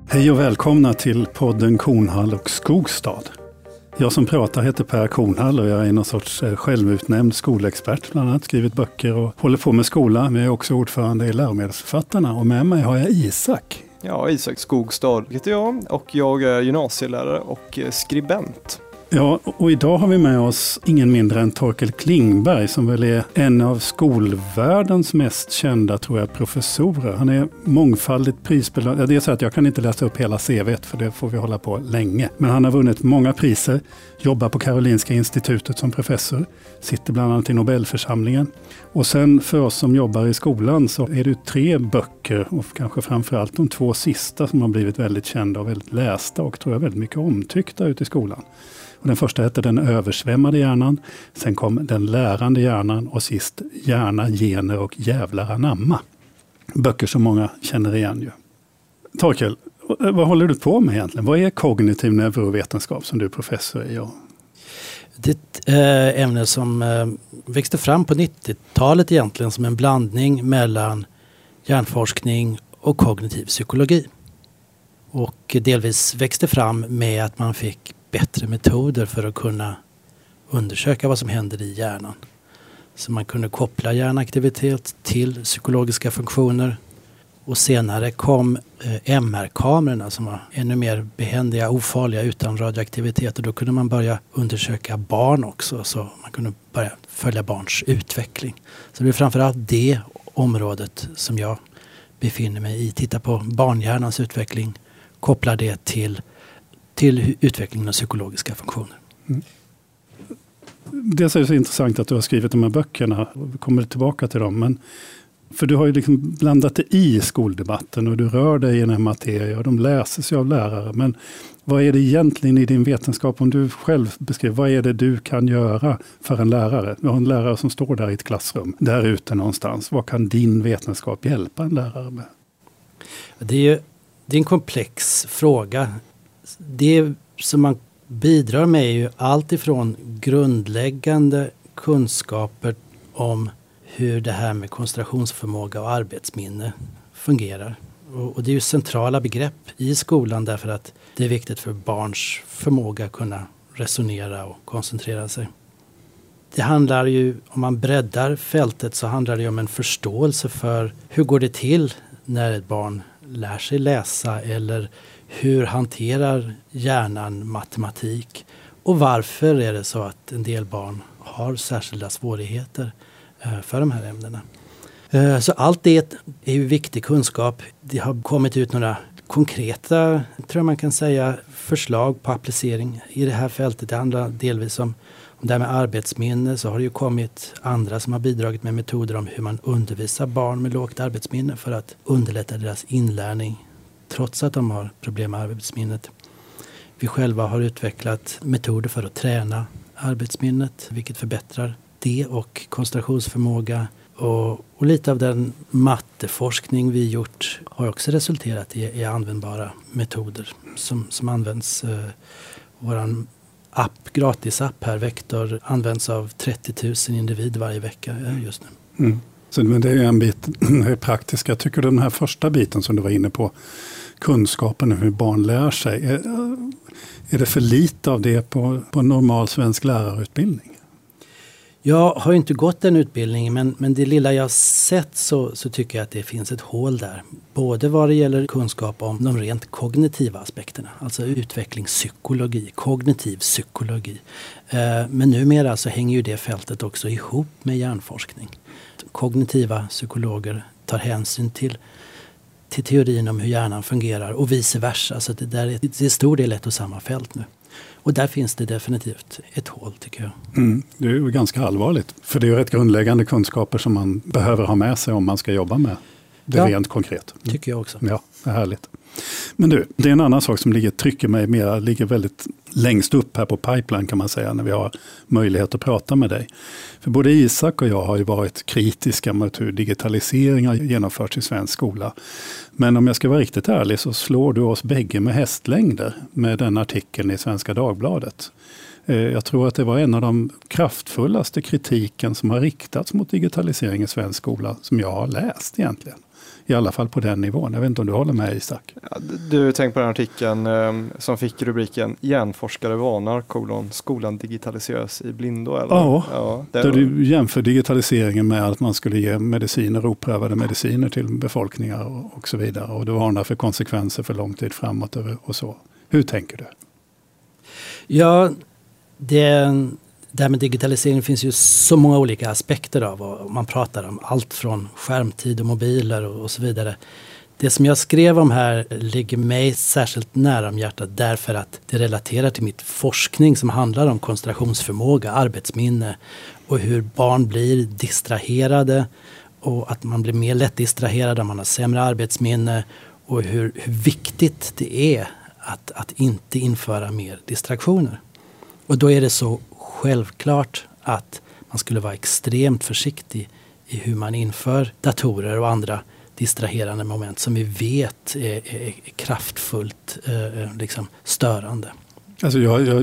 Hej och välkomna till podden Kornhall och Skogstad. Jag som pratar heter Per Kornhall och jag är någon sorts självutnämnd skolexpert, bland annat skrivit böcker och håller på med skola. Men jag är också ordförande i Läromedelsförfattarna och med mig har jag Isak. Ja, Isak Skogstad heter jag och jag är gymnasielärare och skribent. Ja, och idag har vi med oss ingen mindre än Torkel Klingberg som väl är en av skolvärldens mest kända, tror jag, professorer. Han är mångfaldigt prisbelönad. Det är så att jag kan inte läsa upp hela CV:t för det får vi hålla på länge. Men han har vunnit många priser, jobbar på Karolinska institutet som professor, sitter bland annat i Nobelförsamlingen. Och sen för oss som jobbar i skolan så är det 3 böcker och kanske framförallt de 2 sista som har blivit väldigt kända och väldigt lästa och tror jag väldigt mycket omtyckta ute i skolan. Och den första hette Den översvämmade hjärnan, sen kom Den lärande hjärnan och sist Hjärna, gener och jävlar anamma. Böcker som många känner igen ju. Torkel, vad håller du på med egentligen? Vad är kognitiv neurovetenskap som du är professor i? Det är ett ämne som växte fram på 90-talet egentligen som en blandning mellan hjärnforskning och kognitiv psykologi. Och delvis växte fram med att man fick bättre metoder för att kunna undersöka vad som händer i hjärnan. Så man kunde koppla hjärnaktivitet till psykologiska funktioner. Och senare kom MR-kamerorna som var ännu mer behändiga, ofarliga utan radioaktivitet. Och då kunde man börja undersöka barn också. Så man kunde börja följa barns utveckling. Så det är framförallt det området som jag befinner mig i. Titta på barnhjärnans utveckling. Koppla det till utvecklingen av psykologiska funktioner. Mm. Det är så intressant att du har skrivit de här böckerna. Vi kommer tillbaka till dem. Men för du har ju liksom blandat det i skoldebatten och du rör dig i den här materien och de läses ju av lärare. Men vad är det egentligen i din vetenskap, om du själv beskriver, vad är det du kan göra för en lärare? Du har en lärare som står där i ett klassrum, där ute någonstans. Vad kan din vetenskap hjälpa en lärare med? Det är en komplex fråga. Det som man bidrar med är ju allt ifrån grundläggande kunskaper om hur det här med koncentrationsförmåga och arbetsminne fungerar. Och det är ju centrala begrepp i skolan därför att det är viktigt för barns förmåga att kunna resonera och koncentrera sig. Det handlar ju, om man breddar fältet så handlar det om en förståelse för hur går det till när ett barn lär sig läsa eller hur hanterar hjärnan matematik och varför är det så att en del barn har särskilda svårigheter för de här ämnena. Så allt det är ju viktig kunskap. Det har kommit ut några konkreta, tror jag man kan säga, förslag på applicering i det här fältet. Det handlar delvis om det här med arbetsminne, så har det ju kommit andra som har bidragit med metoder om hur man undervisar barn med lågt arbetsminne för att underlätta deras inlärning trots att de har problem med arbetsminnet. Vi själva har utvecklat metoder för att träna arbetsminnet, vilket förbättrar det och koncentrationsförmåga. Och lite av den matteforskning vi gjort har också resulterat i användbara metoder som används. Våran gratisapp här, Vektor, används av 30 000 individer varje vecka just nu. Mm. Så, men det är en bit praktiska. Tycker du den här första biten som du var inne på, kunskapen om hur barn lär sig, är det för lite av det på en normal svensk lärarutbildning? Jag har inte gått den utbildningen men det lilla jag har sett så tycker jag att det finns ett hål där. Både vad det gäller kunskap om de rent kognitiva aspekterna, alltså utvecklingspsykologi, kognitiv psykologi. Men numera så hänger ju det fältet också ihop med hjärnforskning. Kognitiva psykologer tar hänsyn till teorin om hur hjärnan fungerar och vice versa. Så det är stor del ett och samma fält nu. Och där finns det definitivt ett hål tycker jag. Det är ju ganska allvarligt. För det är ju rätt grundläggande kunskaper som man behöver ha med sig om man ska jobba med det rent konkret. Tycker jag också. Ja, det är härligt. Men du, det är en annan sak som ligger väldigt längst upp här på pipeline kan man säga när vi har möjlighet att prata med dig. För både Isak och jag har ju varit kritiska mot hur digitalisering har genomförts i svensk skola. Men om jag ska vara riktigt ärlig så slår du oss bägge med hästlängder med den artikeln i Svenska Dagbladet. Jag tror att det var en av de kraftfullaste kritiken som har riktats mot digitalisering i svensk skola som jag har läst egentligen. I alla fall på den nivån. Jag vet inte om du håller med, Isak. Ja, du tänker på den artikeln som fick rubriken "Hjärnforskare varnar, skolan digitaliseras i blindo", eller? Ja, där du jämför digitaliseringen med att man skulle ge mediciner, oprövade mediciner till befolkningar och så vidare. Och du varnar för konsekvenser för lång tid framåt och så. Hur tänker du? Ja, det här med digitalisering finns ju så många olika aspekter av, och man pratar om allt från skärmtid och mobiler och så vidare. Det som jag skrev om här ligger mig särskilt nära om hjärtat därför att det relaterar till mitt forskning som handlar om koncentrationsförmåga, arbetsminne och hur barn blir distraherade och att man blir mer lätt distraherad om man har sämre arbetsminne och hur viktigt det är att inte införa mer distraktioner. Och då är det så självklart att man skulle vara extremt försiktig i hur man inför datorer och andra distraherande moment som vi vet är kraftfullt liksom störande. Alltså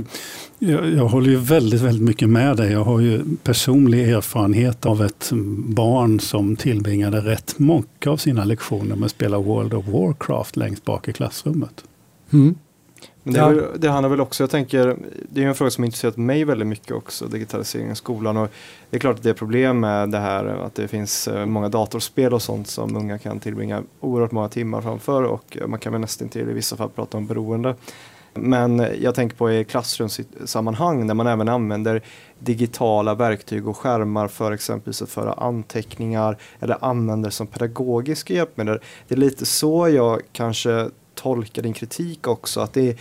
jag håller ju väldigt, väldigt mycket med dig. Jag har ju personlig erfarenhet av ett barn som tillbringade rätt mycket av sina lektioner med att spela World of Warcraft längst bak i klassrummet. Mm. Men det handlar väl också, jag tänker, det är en fråga som intresserat mig väldigt mycket också, digitaliseringen i skolan, och det är klart att det är problem med det här att det finns många datorspel och sånt som unga kan tillbringa oerhört många timmar framför, och man kan väl nästan till i vissa fall prata om beroende. Men jag tänker på i klassrumssammanhang där man även använder digitala verktyg och skärmar för exempelvis att föra anteckningar eller använder som pedagogiska hjälpmedel. Det är lite så jag kanske tolkar din kritik också, att det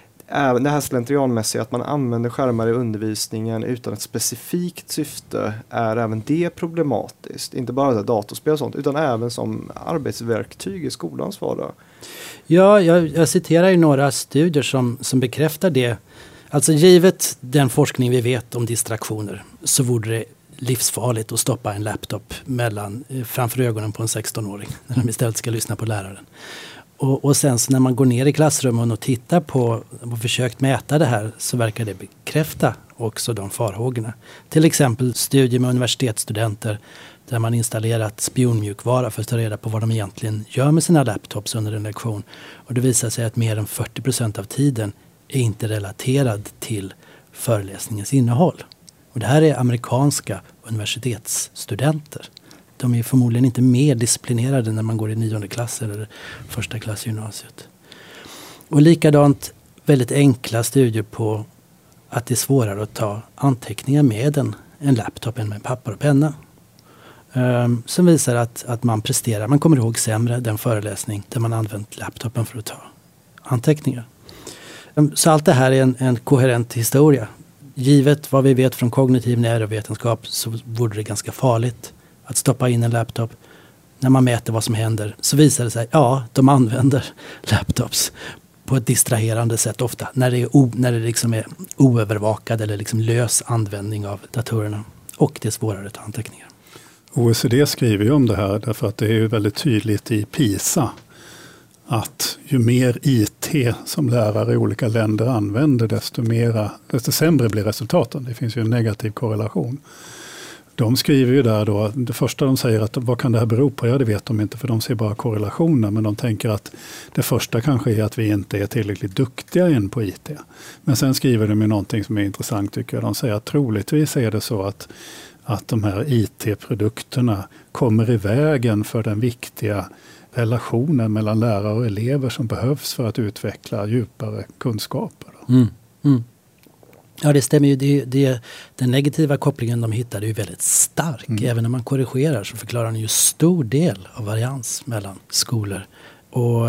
här slentrianmässiga att man använder skärmar i undervisningen utan ett specifikt syfte, är även det problematiskt. Inte bara datorspel och sånt, utan även som arbetsverktyg i skolans vardag. Ja, jag citerar ju några studier som bekräftar det. Alltså givet den forskning vi vet om distraktioner så vore det livsfarligt att stoppa en laptop framför ögonen på en 16-åring när de istället ska lyssna på läraren. Och sen så när man går ner i klassrummen och tittar på och försökt mäta det här så verkar det bekräfta också de farhågorna. Till exempel studier med universitetsstudenter där man installerat spionmjukvara för att ta reda på vad de egentligen gör med sina laptops under en lektion. Och det visar sig att mer än 40% av tiden är inte relaterad till föreläsningens innehåll. Och det här är amerikanska universitetsstudenter. De är förmodligen inte mer disciplinerade när man går i 9:e klass eller första klass i gymnasiet. Och likadant väldigt enkla studier på att det är svårare att ta anteckningar med en laptop än med papper och penna. Som visar att man kommer ihåg sämre den föreläsning där man använt laptopen för att ta anteckningar. Så allt det här är en koherent historia. Givet vad vi vet från kognitiv neurovetenskap så vore det ganska farligt att stoppa in en laptop. När man mäter vad som händer så visar det sig de använder laptops på ett distraherande sätt ofta. När det liksom är oövervakad eller liksom lös användning av datorerna. Och det är svårare att ta anteckningar. OECD skriver ju om det här därför att det är ju väldigt tydligt i PISA att ju mer IT som lärare i olika länder använder desto sämre blir resultaten. Det finns ju en negativ korrelation. De skriver ju där då, det första de säger att vad kan det här bero på? Ja, det vet de inte för de ser bara korrelationer, men de tänker att det första kanske är att vi inte är tillräckligt duktiga än på IT. Men sen skriver de ju någonting som är intressant tycker jag. De säger att troligtvis är det så att de här IT-produkterna kommer i vägen för den viktiga relationen mellan lärare och elever som behövs för att utveckla djupare kunskaper. Ja, det stämmer ju. Den negativa kopplingen de hittade är ju väldigt stark. Även när man korrigerar så förklarar den ju stor del av varians mellan skolor. Och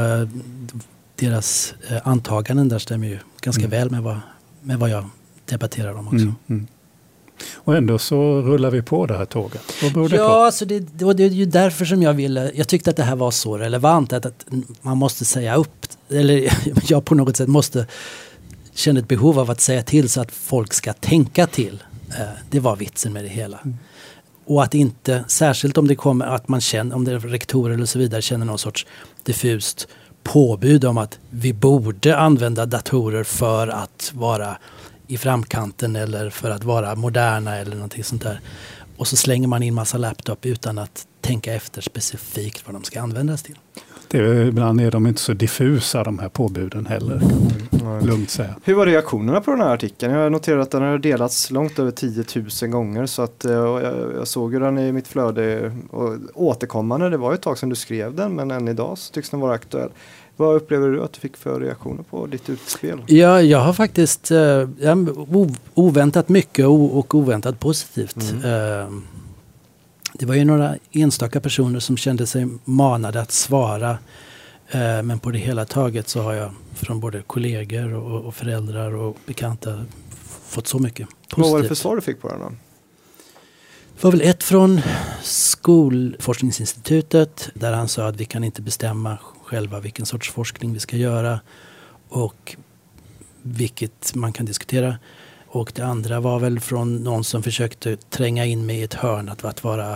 deras antaganden där stämmer ju ganska väl med vad jag debatterar om också. Och ändå så rullar vi på det här tåget. Vad beror det på? Ja, alltså det är ju därför som jag tyckte att det här var så relevant att man måste säga upp, eller jag på något sätt måste känna ett behov av att säga till så att folk ska tänka till. Det var vitsen med det hela. Och att inte, särskilt om det kommer att man känner, om det är rektorer eller så vidare, känner någon sorts diffust påbud om att vi borde använda datorer för att vara i framkanten eller för att vara moderna eller någonting sånt där. Och så slänger man in massa laptop utan att tänka efter specifikt vad de ska användas till. Ibland är de inte så diffusa, de här påbuden heller, kan man lugnt säga. Hur var reaktionerna på den här artikeln? Jag noterar att den har delats långt över 10 000 gånger, så att jag såg ju den i mitt flöde och återkommande. Det var ju ett tag sedan du skrev den, men än idag så tycks den vara aktuell. Vad upplever du att du fick för reaktioner på ditt utspel? Ja, jag har faktiskt oväntat mycket och oväntat positivt. Det var ju några enstaka personer som kände sig manade att svara. Men på det hela taget så har jag från både kollegor och föräldrar och bekanta fått så mycket positivt. Vad var det för svar du fick på den då? Det var väl ett från Skolforskningsinstitutet där han sa att vi kan inte bestämma själva vilken sorts forskning vi ska göra och vilket man kan diskutera. Och det andra var väl från någon som försökte tränga in mig i ett hörn att vara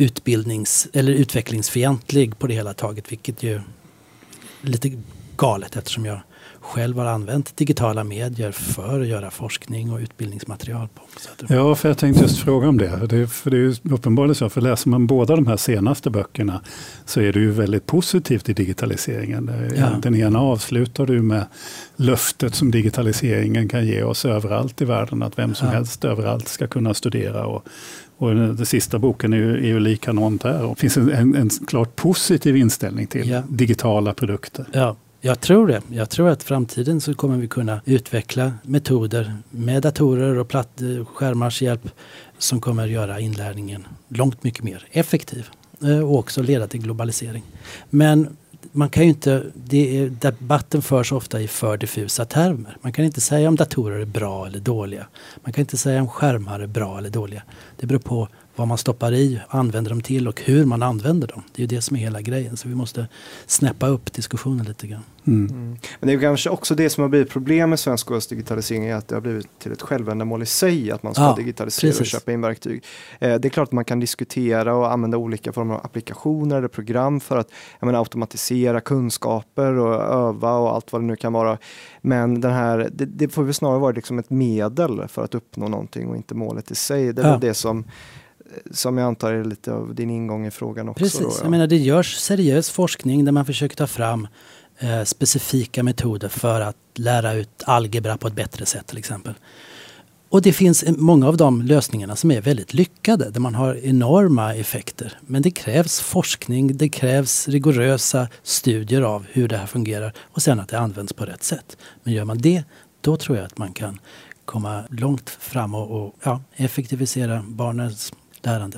utvecklingsfientlig på det hela taget, vilket ju är lite galet eftersom jag själv har använt digitala medier för att göra forskning och utbildningsmaterial på. Ja, för jag tänkte just fråga om det. För det är ju uppenbarligen så, för läser man båda de här senaste böckerna så är det ju väldigt positivt i digitaliseringen. Ja. Den ena avslutar du med löftet som digitaliseringen kan ge oss överallt i världen, att vem som helst överallt ska kunna studera, och den sista boken är ju likadant här. Det finns en klart positiv inställning till digitala produkter. Ja. Jag tror det. Jag tror att i framtiden så kommer vi kunna utveckla metoder med datorer och skärmars hjälp som kommer att göra inlärningen långt mycket mer effektiv och också leda till globalisering. Men man kan ju inte, debatten förs ofta i för diffusa termer. Man kan inte säga om datorer är bra eller dåliga. Man kan inte säga om skärmar är bra eller dåliga. Det beror på vad man stoppar i, använder dem till och hur man använder dem. Det är ju det som är hela grejen. Så vi måste snäppa upp diskussionen lite grann. Men det är kanske också det som har blivit problem med svensk skolas digitalisering, är att det har blivit till ett självändamål i sig att man ska digitalisera och köpa in verktyg. Det är klart att man kan diskutera och använda olika former av applikationer eller program för att automatisera kunskaper och öva och allt vad det nu kan vara. Men det får väl snarare vara liksom ett medel för att uppnå någonting och inte målet i sig. Det är det som jag antar är lite av din ingång i frågan också. Precis, jag menar det görs seriös forskning där man försöker ta fram specifika metoder för att lära ut algebra på ett bättre sätt till exempel. Och det finns många av de lösningarna som är väldigt lyckade, där man har enorma effekter. Men det krävs forskning, det krävs rigorösa studier av hur det här fungerar och sen att det används på rätt sätt. Men gör man det, då tror jag att man kan komma långt fram och effektivisera barnens lärande.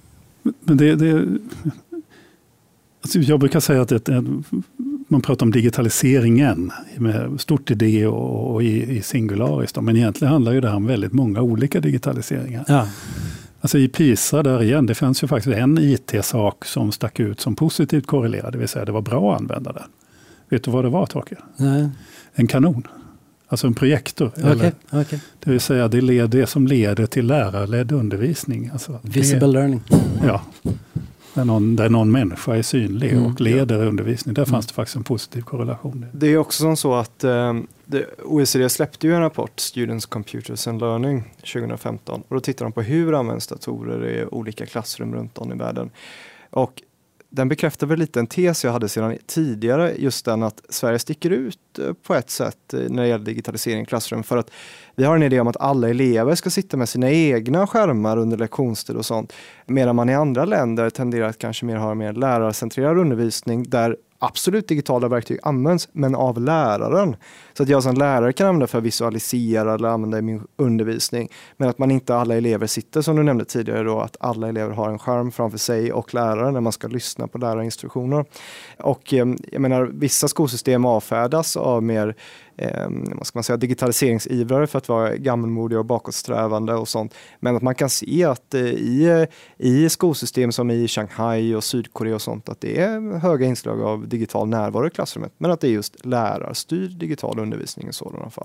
Men alltså jag brukar säga att man pratar om digitaliseringen med stort idé och i singularis. Men egentligen handlar ju det här om väldigt många olika digitaliseringar. Ja. Alltså i PISA där igen, det fanns ju faktiskt en IT-sak som stack ut som positivt korrelerad. Det vill säga det var bra att använda den. Vet du vad det var, Torkel? Nej. En kanon. Alltså en projektor. Okay. Det vill säga det som leder till lärarledd undervisning. Alltså Visible learning. Ja. Där någon människa är synlig och leder undervisning. Där fanns det faktiskt en positiv korrelation. Det är också som så att OECD släppte ju en rapport, Students, Computers and Learning 2015. Och då tittar de på hur används datorer i olika klassrum runt om i världen. Och den bekräftar väl lite en tes jag hade sedan tidigare, just den att Sverige sticker ut på ett sätt när det gäller digitalisering i klassrum, för att vi har en idé om att alla elever ska sitta med sina egna skärmar under lektionstid och sånt, medan man i andra länder tenderar att kanske mer ha mer lärarcentrerad undervisning där absolut digitala verktyg används, men av läraren. Så att jag som lärare kan använda för att visualisera eller använda i min undervisning. Men att man inte alla elever sitter, som du nämnde tidigare då, att alla elever har en skärm framför sig och läraren när man ska lyssna på lärarinstruktioner. Och jag menar, vissa skolsystem avfärdas av mer vad ska man säga, digitaliseringsivrare för att vara gammalmodiga och bakåtsträvande och sånt. Men att man kan se att i skolsystem som i Shanghai och Sydkorea och sånt, att det är höga inslag av digital närvaro i klassrummet. Men att det är just lärarstyrd digital undervisning i sådana fall.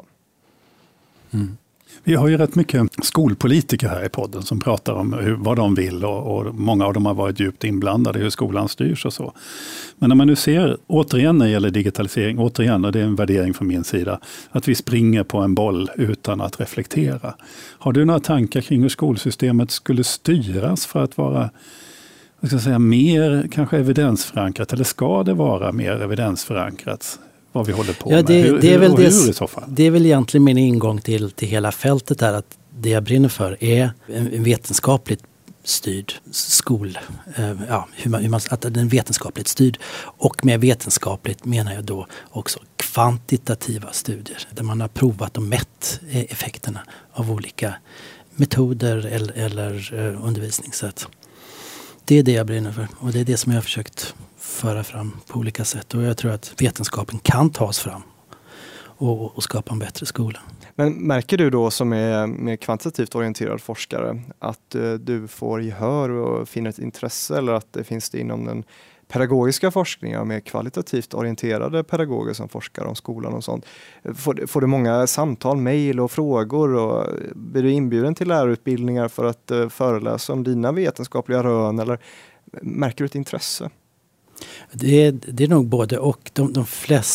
Mm. Vi har ju rätt mycket skolpolitiker här i podden som pratar om vad de vill och många av dem har varit djupt inblandade i hur skolan styrs och så. Men när man nu ser, återigen när det gäller digitalisering, återigen, och det är en värdering från min sida, att vi springer på en boll utan att reflektera. Har du några tankar kring hur skolsystemet skulle styras för att vara jag ska säga, mer kanske evidensförankrat, eller ska det vara mer evidensförankrat vad vi håller på med? Hur i så fall? Det är väl egentligen min ingång till hela fältet där, att det jag brinner för är en vetenskapligt styrd att den är vetenskapligt styrd. Och med vetenskapligt menar jag då också kvantitativa studier där man har provat och mätt effekterna av olika metoder eller undervisningssätt. Det är det jag brinner för och det är det som jag har försökt föra fram på olika sätt, och jag tror att vetenskapen kan tas fram och skapa en bättre skola. Men märker du då som är mer kvantitativt orienterad forskare att du får gehör och finner ett intresse, eller att det finns det inom den pedagogiska forskningen och mer kvalitativt orienterade pedagoger som forskar om skolan och sånt? Får du många samtal, mejl och frågor, och blir du inbjuden till lärarutbildningar för att föreläsa om dina vetenskapliga rön, eller märker du ett intresse? Det är nog både och. De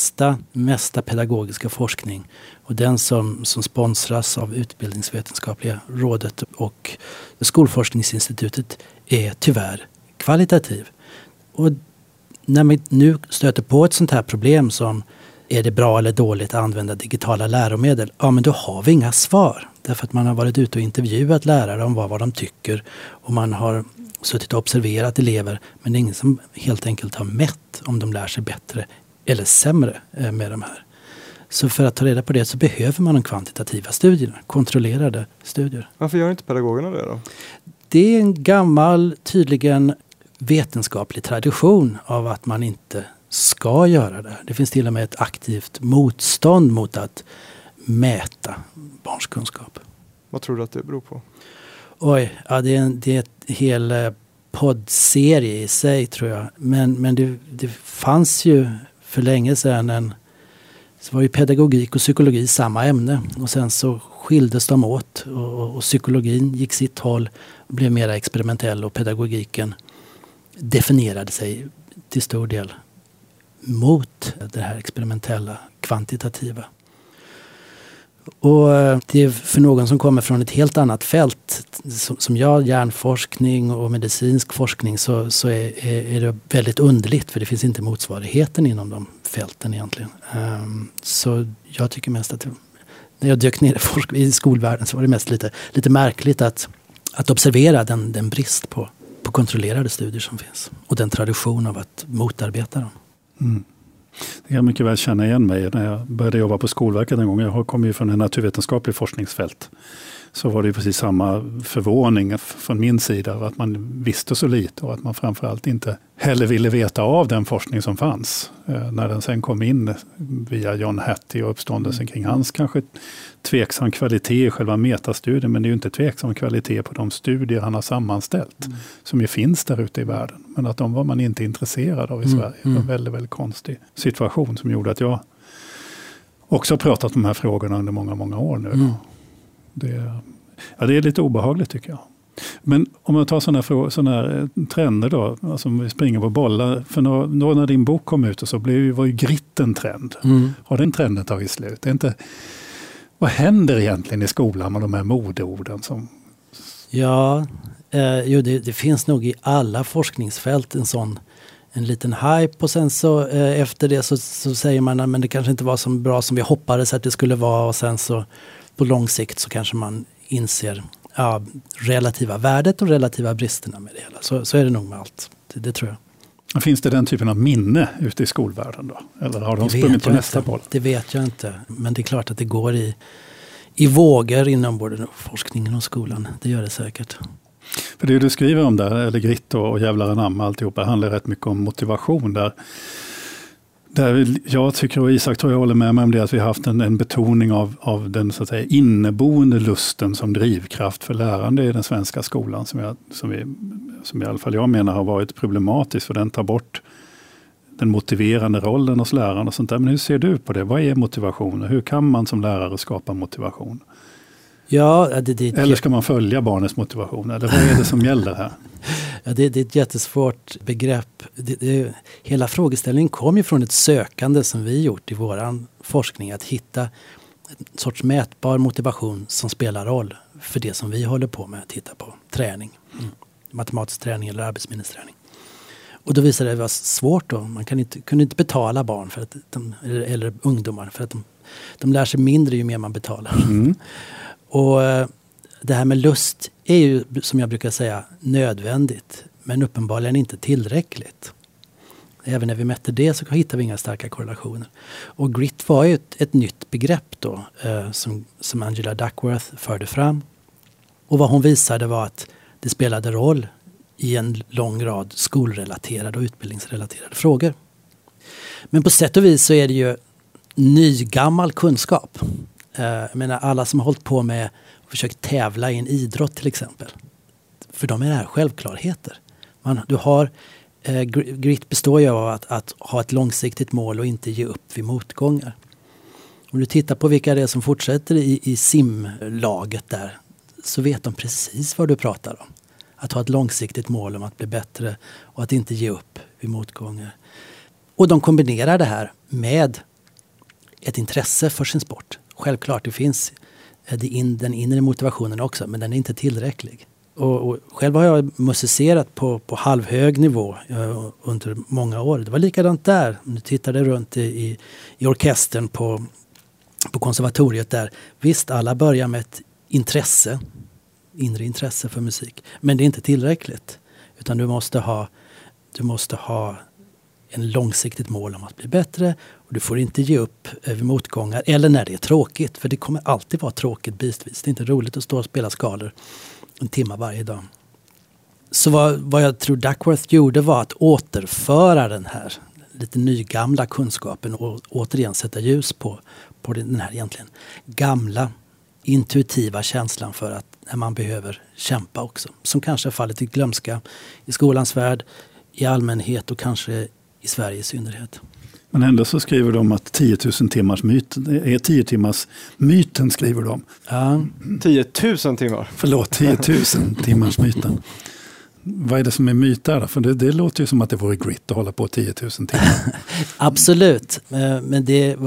mesta pedagogiska forskning och den som sponsras av Utbildningsvetenskapliga rådet och Skolforskningsinstitutet är tyvärr kvalitativ. Och när vi nu stöter på ett sånt här problem som är det bra eller dåligt att använda digitala läromedel? Ja, men då har vi inga svar. Därför att man har varit ute och intervjuat lärare om vad de tycker, och man har suttit och observerat elever, men det är ingen som helt enkelt har mätt om de lär sig bättre eller sämre med de här. Så för att ta reda på det så behöver man de kvantitativa studierna, kontrollerade studier. Varför gör inte pedagogerna det då? Det är en gammal, tydligen vetenskaplig tradition av att man inte ska göra det. Det finns till och med ett aktivt motstånd mot att mäta barns kunskap. Vad tror du att det beror på? Oj, ja, det är ett hel poddserie i sig, tror jag. Men det fanns ju för länge sedan så var ju pedagogik och psykologi samma ämne. Och sen så skildes de åt och psykologin gick sitt håll och blev mer experimentell, och pedagogiken definierade sig till stor del mot det här experimentella, kvantitativa. Och det är för någon som kommer från ett helt annat fält som jag, hjärnforskning och medicinsk forskning, så är det väldigt underligt, för det finns inte motsvarigheten inom de fälten egentligen. Så jag tycker mest att när jag dök ner i skolvärlden så var det mest lite märkligt att observera den brist på kontrollerade studier som finns och den tradition av att motarbeta dem. Mm. Det kan mycket väl känna igen mig när jag började jobba på Skolverket en gång. Jag kommer ju från en naturvetenskaplig forskningsfält. Så var det ju precis samma förvåning från min sida att man visste så lite, och att man framförallt inte heller ville veta av den forskning som fanns. När den sen kom in via John Hattie och uppståndelsen kring hans kanske tveksam kvalitet i själva metastudien, men det är ju inte tveksam kvalitet på de studier han har sammanställt som ju finns där ute i världen. Men att de var man inte intresserad av i Sverige. Det var en väldigt, väldigt konstig situation som gjorde att jag också har pratat om de här frågorna under många, många år nu. Det är lite obehagligt, tycker jag. Men om man tar sådana här trender då, alltså om vi springer på bollar, för då när din bok kom ut och så var ju gritt en trend. Har den trenden tagit slut? Det är inte, vad händer egentligen i skolan med de här modeorden som... Ja, det finns nog i alla forskningsfält en liten hype, och sen så efter det så säger man att det kanske inte var så bra som vi hoppades att det skulle vara, och sen så på lång sikt så kanske man inser relativa värdet och relativa bristerna med det hela. Så är det nog med allt. Det tror jag. Finns det den typen av minne ute i skolvärlden då? Eller har de sprungit på nästa boll? Det vet jag inte. Men det är klart att det går i vågor inom både forskningen och skolan. Det gör det säkert. För det du skriver om där, eller gritt och jävlar anamma alltihopa, handlar rätt mycket om motivation där jag tycker, och Isak tror jag håller med mig om det, att vi har haft en betoning av den så att säga inneboende lusten som drivkraft för lärande i den svenska skolan som i alla fall jag menar har varit problematisk, för den tar bort den motiverande rollen hos läraren och sånt där. Men hur ser du på det? Vad är motivation? Hur kan man som lärare skapa motivation? Ja, eller ska man följa barnets motivation? Eller vad är det som gäller här? Ja, det är ett jättesvårt begrepp. Hela frågeställningen kom ju från ett sökande som vi gjort i våran forskning, att hitta en sorts mätbar motivation som spelar roll för det som vi håller på med att titta på, träning. matematisk träning eller arbetsminnesträning. Och då visade det vara svårt då. Man kunde inte betala barn för att eller ungdomar för att de lär sig mindre ju mer man betalar. Och det här med lust är ju, som jag brukar säga, nödvändigt. Men uppenbarligen inte tillräckligt. Även när vi mätte det så hittar vi inga starka korrelationer. Och grit var ju ett nytt begrepp då som Angela Duckworth förde fram. Och vad hon visade var att det spelade roll i en lång rad skolrelaterade och utbildningsrelaterade frågor. Men på sätt och vis så är det ju nygammal kunskap. Jag menar alla som har hållit på med och försökt tävla i en idrott till exempel. För de är det här självklarheter. Grit består ju av att ha ett långsiktigt mål och inte ge upp vid motgångar. Om du tittar på vilka det är som fortsätter i simlaget där så vet de precis vad du pratar om. Att ha ett långsiktigt mål om att bli bättre och att inte ge upp vid motgångar. Och de kombinerar det här med ett intresse för sin sport. Självklart det finns den inre motivationen också, men den är inte tillräcklig. Och själv har jag musicerat på halvhög nivå under många år. Det var likadant där. Om du tittade runt i orkestern på konservatoriet där. Visst, alla börjar med ett inre intresse för musik. Men det är inte tillräckligt. Utan du måste ha en långsiktigt mål om att bli bättre. Och du får inte ge upp vid motgångar. Eller när det är tråkigt. För det kommer alltid vara tråkigt bitvis. Det är inte roligt att stå och spela skalor en timme varje dag. Så vad jag tror Duckworth gjorde var att återföra den här lite nygamla kunskapen och återigen sätta ljus på den här egentligen gamla intuitiva känslan för att när man behöver kämpa också. Som kanske fallit i glömska i skolans värld, i allmänhet och kanske i Sverige i synnerhet. Men ändå så skriver de att 10 000 timmars myt är 10 timmars myten skriver de. Ja. 10 000 timmar? Förlåt, 10 000 timmars myten. Vad är det som är myt där? För det låter ju som att det vore grit att hålla på 10 000 timmar. Absolut, men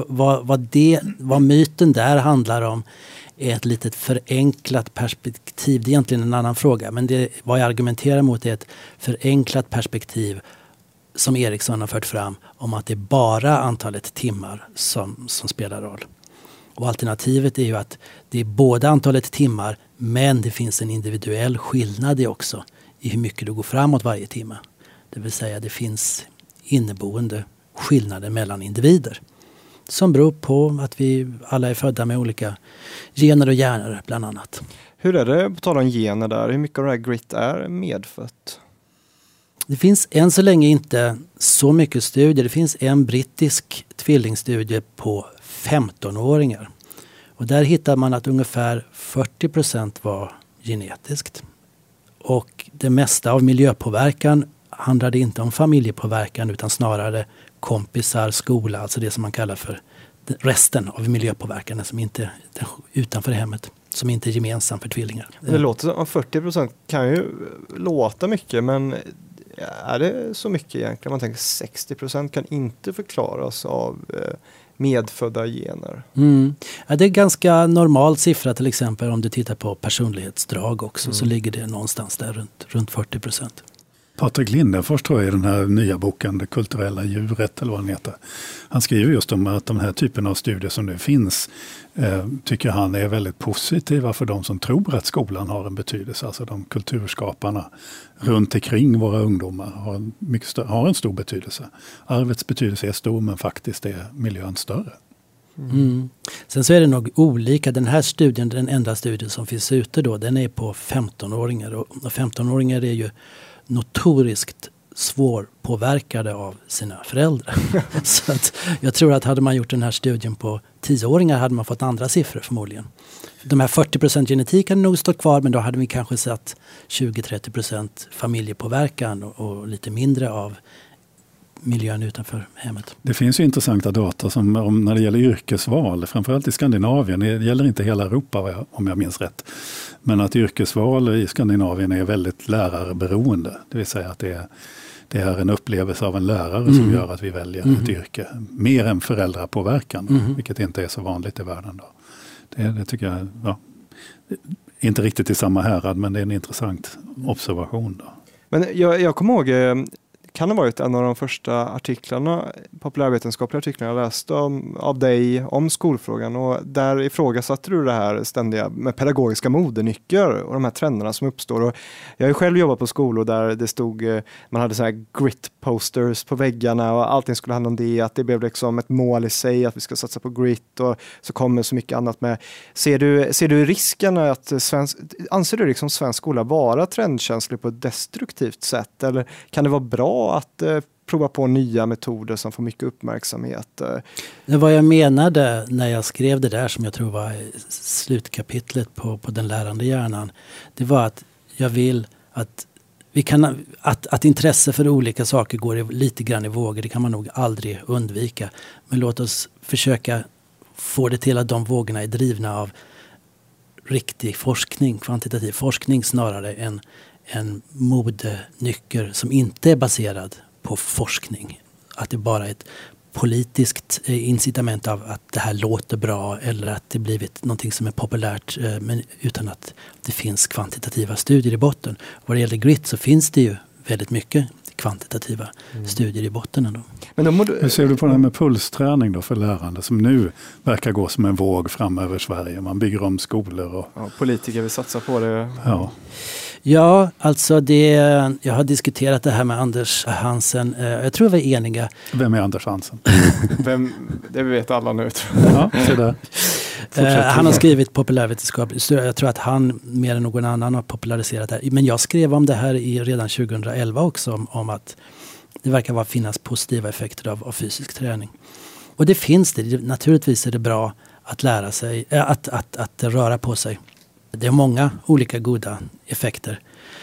vad myten där handlar om är ett litet förenklat perspektiv. Det är egentligen en annan fråga, men vad jag argumenterar mot är ett förenklat perspektiv som Eriksson har fört fram om att det är bara antalet timmar som spelar roll. Och alternativet är ju att det är både antalet timmar men det finns en individuell skillnad också i hur mycket du går framåt varje timme. Det vill säga det finns inneboende skillnader mellan individer som beror på att vi alla är födda med olika gener och hjärnor bland annat. Hur är det på tal om gener där? Hur mycket av det här grit är medfött? Det finns än så länge inte så mycket studier. Det finns en brittisk tvillingstudie på 15-åringar. Och där hittar man att ungefär 40% var genetiskt. Och det mesta av miljöpåverkan handlade inte om familjepåverkan utan snarare kompisar, skola, alltså det som man kallar för resten av miljöpåverkan som inte utanför hemmet, som inte är gemensam för tvillingar. Det låter som 40% kan ju låta mycket, men är det så mycket egentligen? Man tänker 60% kan inte förklaras av medfödda gener. Ja, det är ganska normal siffra till exempel om du tittar på personlighetsdrag också så ligger det någonstans där runt 40%. Patrik Lindefors tror jag i den här nya boken Det kulturella djuret eller vad den heter. Han skriver just om att de här typen av studier som nu finns tycker han är väldigt positiva för de som tror att skolan har en betydelse. Alltså de kulturskaparna runt omkring våra ungdomar har en stor betydelse. Arvets betydelse är stor men faktiskt är miljön större. Sen så är det nog olika. Den här studien, den enda studien som finns ute då, den är på 15-åringar och 15-åringar är ju notoriskt svårpåverkade av sina föräldrar. Så att jag tror att hade man gjort den här studien på 10-åringar hade man fått andra siffror förmodligen. De här 40% genetik hade nog stått kvar men då hade vi kanske sett 20-30% familjepåverkan och lite mindre av miljön utanför hemmet. Det finns ju intressanta data som när det gäller yrkesval, framförallt i Skandinavien, det gäller inte hela Europa om jag minns rätt, men att yrkesval i Skandinavien är väldigt lärarberoende. Det vill säga att det är en upplevelse av en lärare som gör att vi väljer ett yrke. Mer än föräldrapåverkan, vilket inte är så vanligt i världen. Då. Det tycker jag, inte riktigt i samma härad, men det är en intressant observation då. Men jag kommer ihåg, kan ha varit en av de första artiklarna, populärvetenskapliga artiklarna jag läste av dig om skolfrågan, och där ifrågasatte du det här ständiga med pedagogiska modenycker och de här trenderna som uppstår. Och jag har ju själv jobbat på skolor där det stod, man hade så här grit posters på väggarna och allting skulle handla om det, att det blev liksom ett mål i sig att vi ska satsa på grit, och så kommer så mycket annat med. Ser du risken att anser du liksom svensk skola vara trendkänslig på ett destruktivt sätt, eller kan det vara bra att prova på nya metoder som får mycket uppmärksamhet? Vad jag menade när jag skrev det där, som jag tror var slutkapitlet på den lärande hjärnan, det var att jag vill att att intresse för olika saker går lite grann i vågor, det kan man nog aldrig undvika. Men låt oss försöka få det till att de vågorna är drivna av riktig forskning, kvantitativ forskning, snarare än en modenycker som inte är baserad på forskning. Att det bara är ett politiskt incitament av att det här låter bra, eller att det blivit någonting som är populärt, men utan att det finns kvantitativa studier i botten. Vad det gäller grit så finns det ju väldigt mycket kvantitativa studier i botten ändå. Men hur ser du på det här med pulsträning då för lärande, som nu verkar gå som en våg fram över Sverige? Man bygger om skolor och... Ja, politiker vill satsa på det. Ja, alltså jag har diskuterat det här med Anders Hansen. Jag tror vi är eniga. Vem är Anders Hansen? Det vet alla nu. Ja, så där. Han har skrivit populärvetenskap. Jag tror att han mer än någon annan har populariserat det här. Men jag skrev om det här redan 2011 också, om att det verkar finnas positiva effekter av fysisk träning. Och det finns det. Naturligtvis är det bra att lära sig, att röra på sig. Det är många olika goda effekter.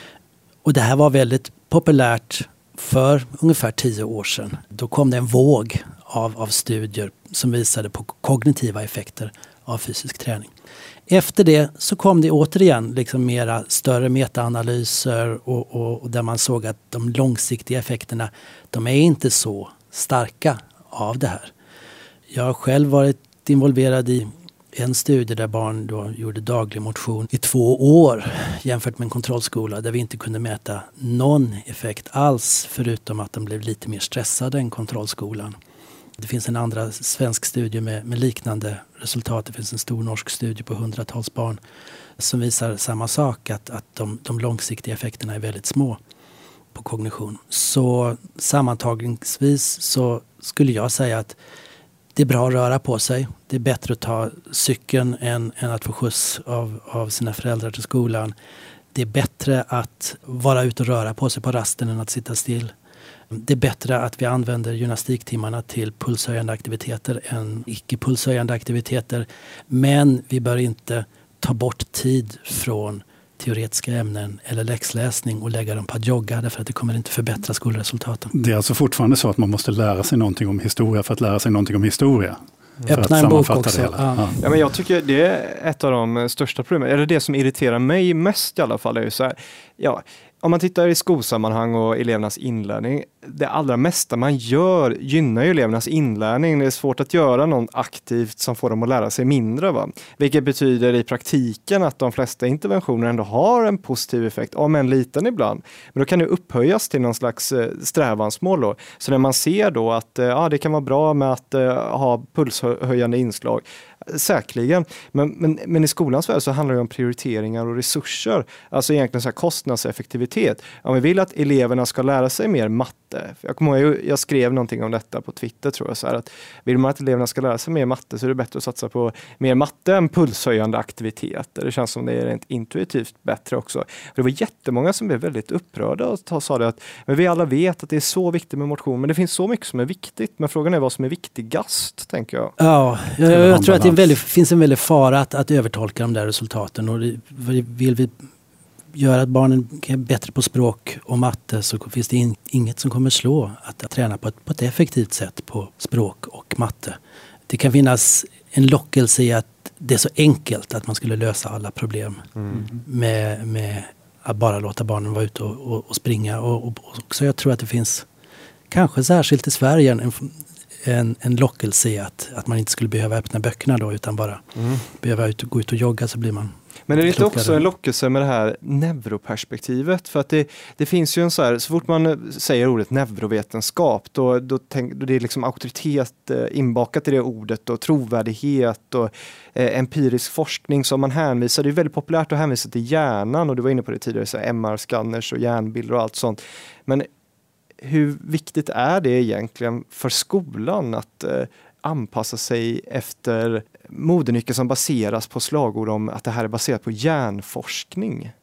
Och det här var väldigt populärt för ungefär 10 år sedan. Då kom det en våg av studier som visade på kognitiva effekter av fysisk träning. Efter det så kom det återigen liksom mera större metaanalyser och där man såg att de långsiktiga effekterna, de är inte så starka av det här. Jag har själv varit involverad i en studie där barn då gjorde daglig motion i 2 år jämfört med en kontrollskola där vi inte kunde mäta någon effekt alls, förutom att de blev lite mer stressade än kontrollskolan. Det finns en andra svensk studie med liknande resultat. Det finns en stor norsk studie på 100-tals barn som visar samma sak, att de långsiktiga effekterna är väldigt små på kognition. Så sammantagningsvis så skulle jag säga att det är bra att röra på sig. Det är bättre att ta cykeln än att få skjuts av sina föräldrar till skolan. Det är bättre att vara ute och röra på sig på rasten än att sitta still. Det är bättre att vi använder gymnastiktimmarna till pulshöjande aktiviteter än icke-pulshöjande aktiviteter. Men vi bör inte ta bort tid från teoretiska ämnen eller läxläsning och lägga dem på att jogga, därför att det kommer inte förbättra skolresultaten. Det är alltså fortfarande så att man måste lära sig någonting om historia för att lära sig någonting om historia? Öppna en bok också. Ja, men jag tycker det är ett av de största problemen. Eller det som irriterar mig mest i alla fall är ju så här, om man tittar i skolsammanhang och elevernas inlärning, det allra mesta man gör gynnar ju elevernas inlärning. Det är svårt att göra något aktivt som får dem att lära sig mindre. Va? Vilket betyder i praktiken att de flesta interventioner ändå har en positiv effekt, om en liten ibland. Men då kan det upphöjas till någon slags strävansmål då. Så när man ser då att det kan vara bra med att ha pulshöjande inslag, säkerligen. Men i skolans värld så handlar det om prioriteringar och resurser. Alltså egentligen så här kostnadseffektivitet. Om vi vill att eleverna ska lära sig mer matte. Jag kommer ihåg, jag skrev någonting om detta på Twitter, tror jag, så här, att vill man att eleverna ska lära sig mer matte så är det bättre att satsa på mer matte än pulshöjande aktiviteter. Det känns som det är rent intuitivt bättre också. Och det var jättemånga som blev väldigt upprörda och sa det att men vi alla vet att det är så viktigt med motion, men det finns så mycket som är viktigt. Men frågan är vad som är viktigast, tänker jag. Ja, jag tror att det finns en väldig fara att övertolka de där resultaten, och vill vi göra att barnen är bättre på språk och matte, så finns det inget som kommer slå att träna på ett effektivt sätt på språk och matte. Det kan finnas en lockelse i att det är så enkelt att man skulle lösa alla problem med att bara låta barnen vara ute och springa. Och också jag tror att det finns, kanske särskilt i Sverige, en lockelse i att man inte skulle behöva öppna böckerna då, utan bara behöva gå ut och jogga, så blir man Men det är lite också en lockelse med det här neuroperspektivet, för att det finns ju en så här, så fort man säger ordet neurovetenskap då det är liksom auktoritet inbakat i det ordet och trovärdighet och empirisk forskning som man hänvisar. Det är väldigt populärt att hänvisa till hjärnan, och du var inne på det tidigare, så MR-scanners och hjärnbilder och allt sånt. Men hur viktigt är det egentligen för skolan att anpassa sig efter modenycker som baseras på slagord om att det här är baserat på hjärnforskning?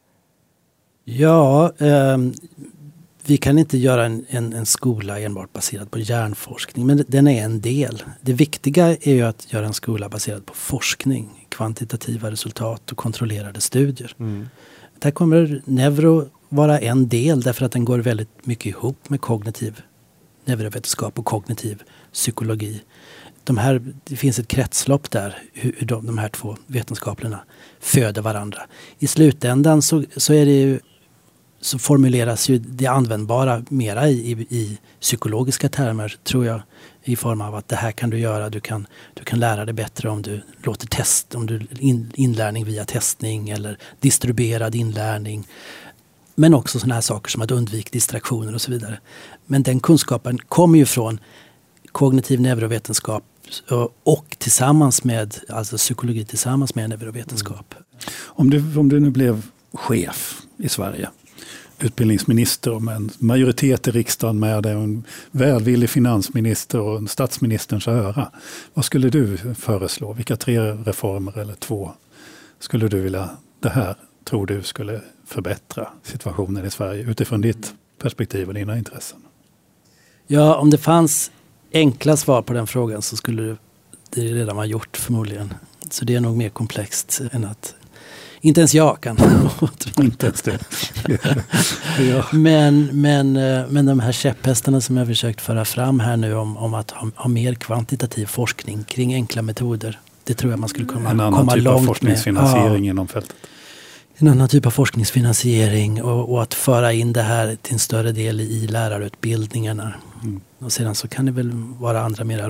Ja, vi kan inte göra en skola enbart baserad på hjärnforskning, men den är en del. Det viktiga är ju att göra en skola baserad på forskning, kvantitativa resultat och kontrollerade studier. Där kommer neuro vara en del, därför att den går väldigt mycket ihop med kognitiv neurovetenskap och kognitiv psykologi. Det finns ett kretslopp där, hur de här två vetenskaperna föder varandra. I slutändan så är det ju, så formuleras ju det användbara mera i psykologiska termer, tror jag, i form av att det här kan du göra, du kan lära dig bättre om du låter inlärning via testning eller distribuerad inlärning. Men också sådana här saker som att undvika distraktioner och så vidare. Men den kunskapen kommer ju från kognitiv neurovetenskap och tillsammans med, alltså psykologi tillsammans med neurovetenskap. Om du nu blev chef i Sverige, utbildningsminister med en majoritet i riksdagen med dig, en välvillig finansminister och en statsministerns öra, vad skulle du föreslå? Vilka 3 reformer eller 2 skulle du vilja, det här tror du skulle förbättra situationen i Sverige utifrån ditt perspektiv och dina intressen? Ja, om det fanns enkla svar på den frågan så skulle det redan vara gjort förmodligen. Så det är nog mer komplext än att inte ens jag kan. Inte ens det. Ja. Men de här käpphästarna som jag försökt föra fram här nu om att ha mer kvantitativ forskning kring enkla metoder. Det tror jag man skulle komma långt med. En annan typ av forskningsfinansiering inom fältet. En annan typ av forskningsfinansiering och att föra in det här till en större del i lärarutbildningarna. Och sedan så kan det väl vara andra mera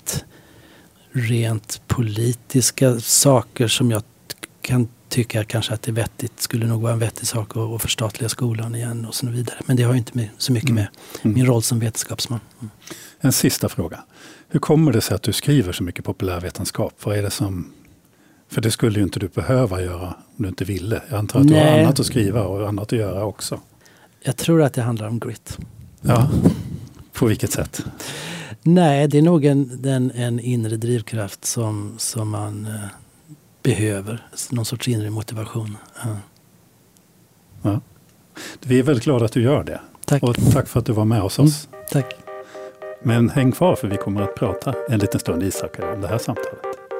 rent politiska saker som jag kan tycka kanske att det är vettigt, skulle nog vara en vettig sak att förstatliga skolan igen och så vidare. Men det har ju inte så mycket med min roll som vetenskapsman. En sista fråga. Hur kommer det sig att du skriver så mycket populärvetenskap? Vad är det som... För det skulle ju inte du behöva göra om du inte ville. Jag antar att du har annat att skriva och annat att göra också. Jag tror att det handlar om grit. Ja, på vilket sätt? Nej, det är nog en inre drivkraft som man behöver. Någon sorts inre motivation. Ja. Vi är väldigt glada att du gör det. Tack. Och tack för att du var med hos oss. Tack. Men häng kvar, för vi kommer att prata en liten stund, Isak, om det här samtalet.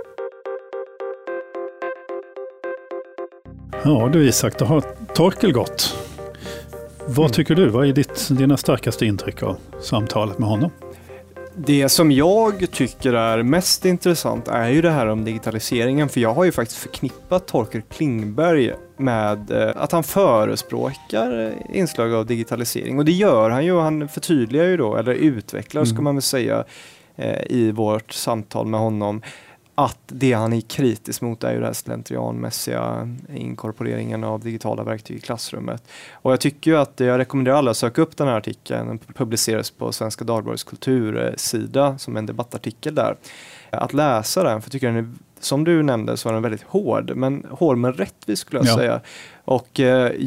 Ja du Isak, då har Torkel gått. Vad tycker du? Vad är dina starkaste intryck av samtalet med honom? Det som jag tycker är mest intressant är ju det här om digitaliseringen, för jag har ju faktiskt förknippat Torkel Klingberg med att han förespråkar inslag av digitalisering, och det gör han ju, han förtydligar ju då, eller utvecklar ska man väl säga i vårt samtal med honom, att det han är kritisk mot är ju den här slentrianmässiga inkorporeringen av digitala verktyg i klassrummet. Och jag tycker ju att jag rekommenderar alla att söka upp den här artikeln. Den publiceras på Svenska Dagbladets kultursida som en debattartikel där. Att läsa den, för jag tycker den är, som du nämnde, så är den väldigt hård men rättvis skulle jag säga. Och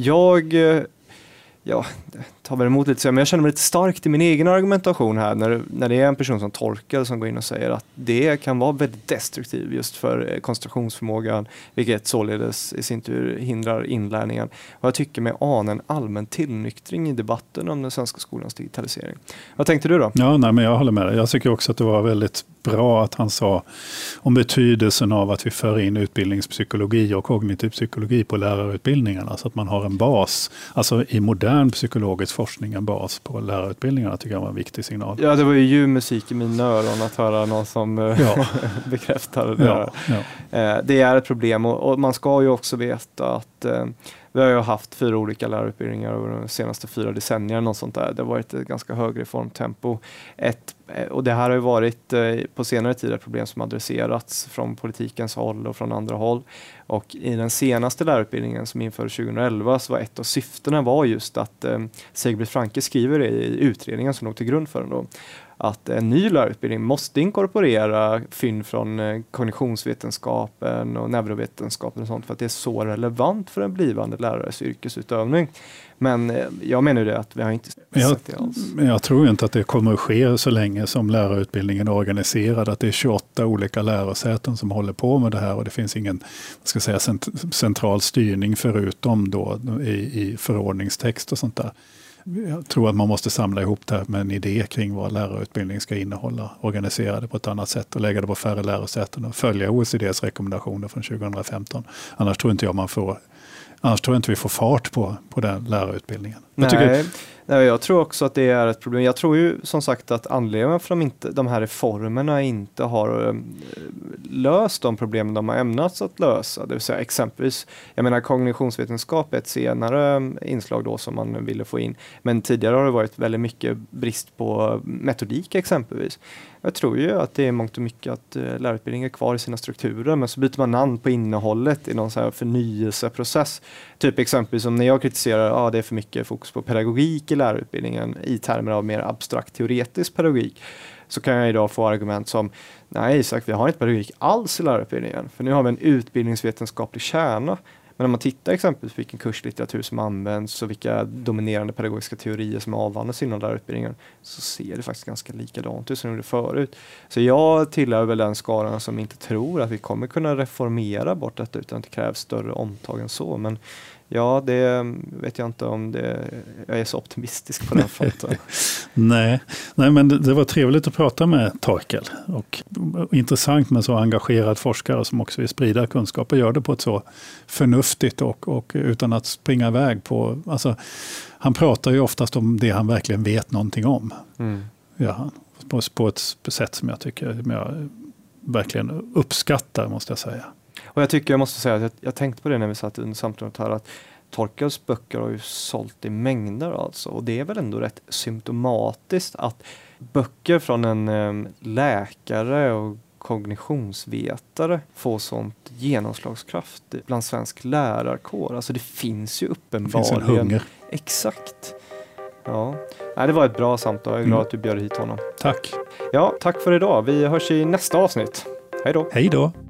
jag tar väl emot lite så, men jag känner mig lite starkt i min egen argumentation här när det är en person som Torkel som går in och säger att det kan vara väldigt destruktivt just för koncentrationsförmågan, vilket således i sin tur hindrar inlärningen. Och jag tycker mig ana en allmän tillnyktring i debatten om den svenska skolans digitalisering. Vad tänkte du då? Ja, men jag håller med dig. Jag tycker också att det var väldigt bra att han sa om betydelsen av att vi för in utbildningspsykologi och kognitiv psykologi på lärarutbildningarna, så att man har en bas, alltså i modern psykologisk forskning, en bas på lärarutbildningarna, tycker jag var en viktig signal. Ja, det var ju ljuv musik i mina öron att höra någon som bekräftar det där. Det är ett problem, och man ska ju också veta att Vi har ju haft 4 olika lärarutbildningar över de senaste 4 decennierna och sånt där. Det har varit ett ganska hög reformtempo. Och det här har ju varit på senare tid ett problem som adresserats från politikens håll och från andra håll. Och i den senaste lärarutbildningen som infördes 2011 så var ett av syftena var just att Segerbritt Franke skriver det i utredningen som låg till grund för den då, att en ny lärarutbildning måste inkorporera fynd från kognitionsvetenskapen och neurovetenskapen och sånt för att det är så relevant för en blivande lärares yrkesutövning. Men jag menar det att vi har inte sett det alls. Jag tror inte att det kommer att ske så länge som lärarutbildningen är organiserad. Att det är 28 olika lärosäten som håller på med det här och det finns ingen central styrning förutom då i förordningstext och sånt där. Jag tror att man måste samla ihop det här med en idé kring vad lärarutbildning ska innehålla, organisera det på ett annat sätt och lägga det på färre lärosäten och följa OECDs rekommendationer från 2015. Annars tror inte vi får fart på den lärarutbildningen. Jag tror också att det är ett problem. Jag tror ju som sagt att anledningen för de här reformerna inte har löst de problem de har ämnats att lösa. Det vill säga exempelvis, jag menar kognitionsvetenskap är ett senare inslag då som man ville få in. Men tidigare har det varit väldigt mycket brist på metodik exempelvis. Jag tror ju att det är mångt och mycket att lärarutbildningen är kvar i sina strukturer men så byter man namn på innehållet i någon så här förnyelseprocess. Typ exempelvis som när jag kritiserar det är för mycket fokus på pedagogik i lärarutbildningen i termer av mer abstrakt teoretisk pedagogik så kan jag idag få argument som nej Isak, vi har inte pedagogik alls i lärarutbildningen för nu har vi en utbildningsvetenskaplig kärna. Men om man tittar exempelvis på vilken kurslitteratur som används och vilka dominerande pedagogiska teorier som avhandlas inom lärarutbildningen så ser det faktiskt ganska likadant ut som det gjorde förut. Så jag tillhör väl den skaran som inte tror att vi kommer kunna reformera bort detta utan att det krävs större omtag än så. Men ja, det vet jag inte om jag är så optimistisk på den fronten. Nej, men det var trevligt att prata med Torkel och intressant med så engagerad forskare som också vill sprida kunskap och gör det på ett så förnuftigt och utan att springa iväg på, alltså han pratar ju oftast om det han verkligen vet någonting om. Ja, på ett sätt som jag tycker jag verkligen uppskattar måste jag säga. Och jag måste säga att jag tänkte på det när vi satt under samtalet här att Torkels böcker har ju sålt i mängder alltså. Och det är väl ändå rätt symptomatiskt att böcker från en läkare och kognitionsvetare får sånt genomslagskraft bland svensk lärarkår. Alltså det finns ju uppenbarligen. Det finns en hunger. Exakt. Ja, det var ett bra samtal. Jag är glad att du bjöd hit honom. Tack. Ja, tack för idag. Vi hörs i nästa avsnitt. Hej då. Hej då.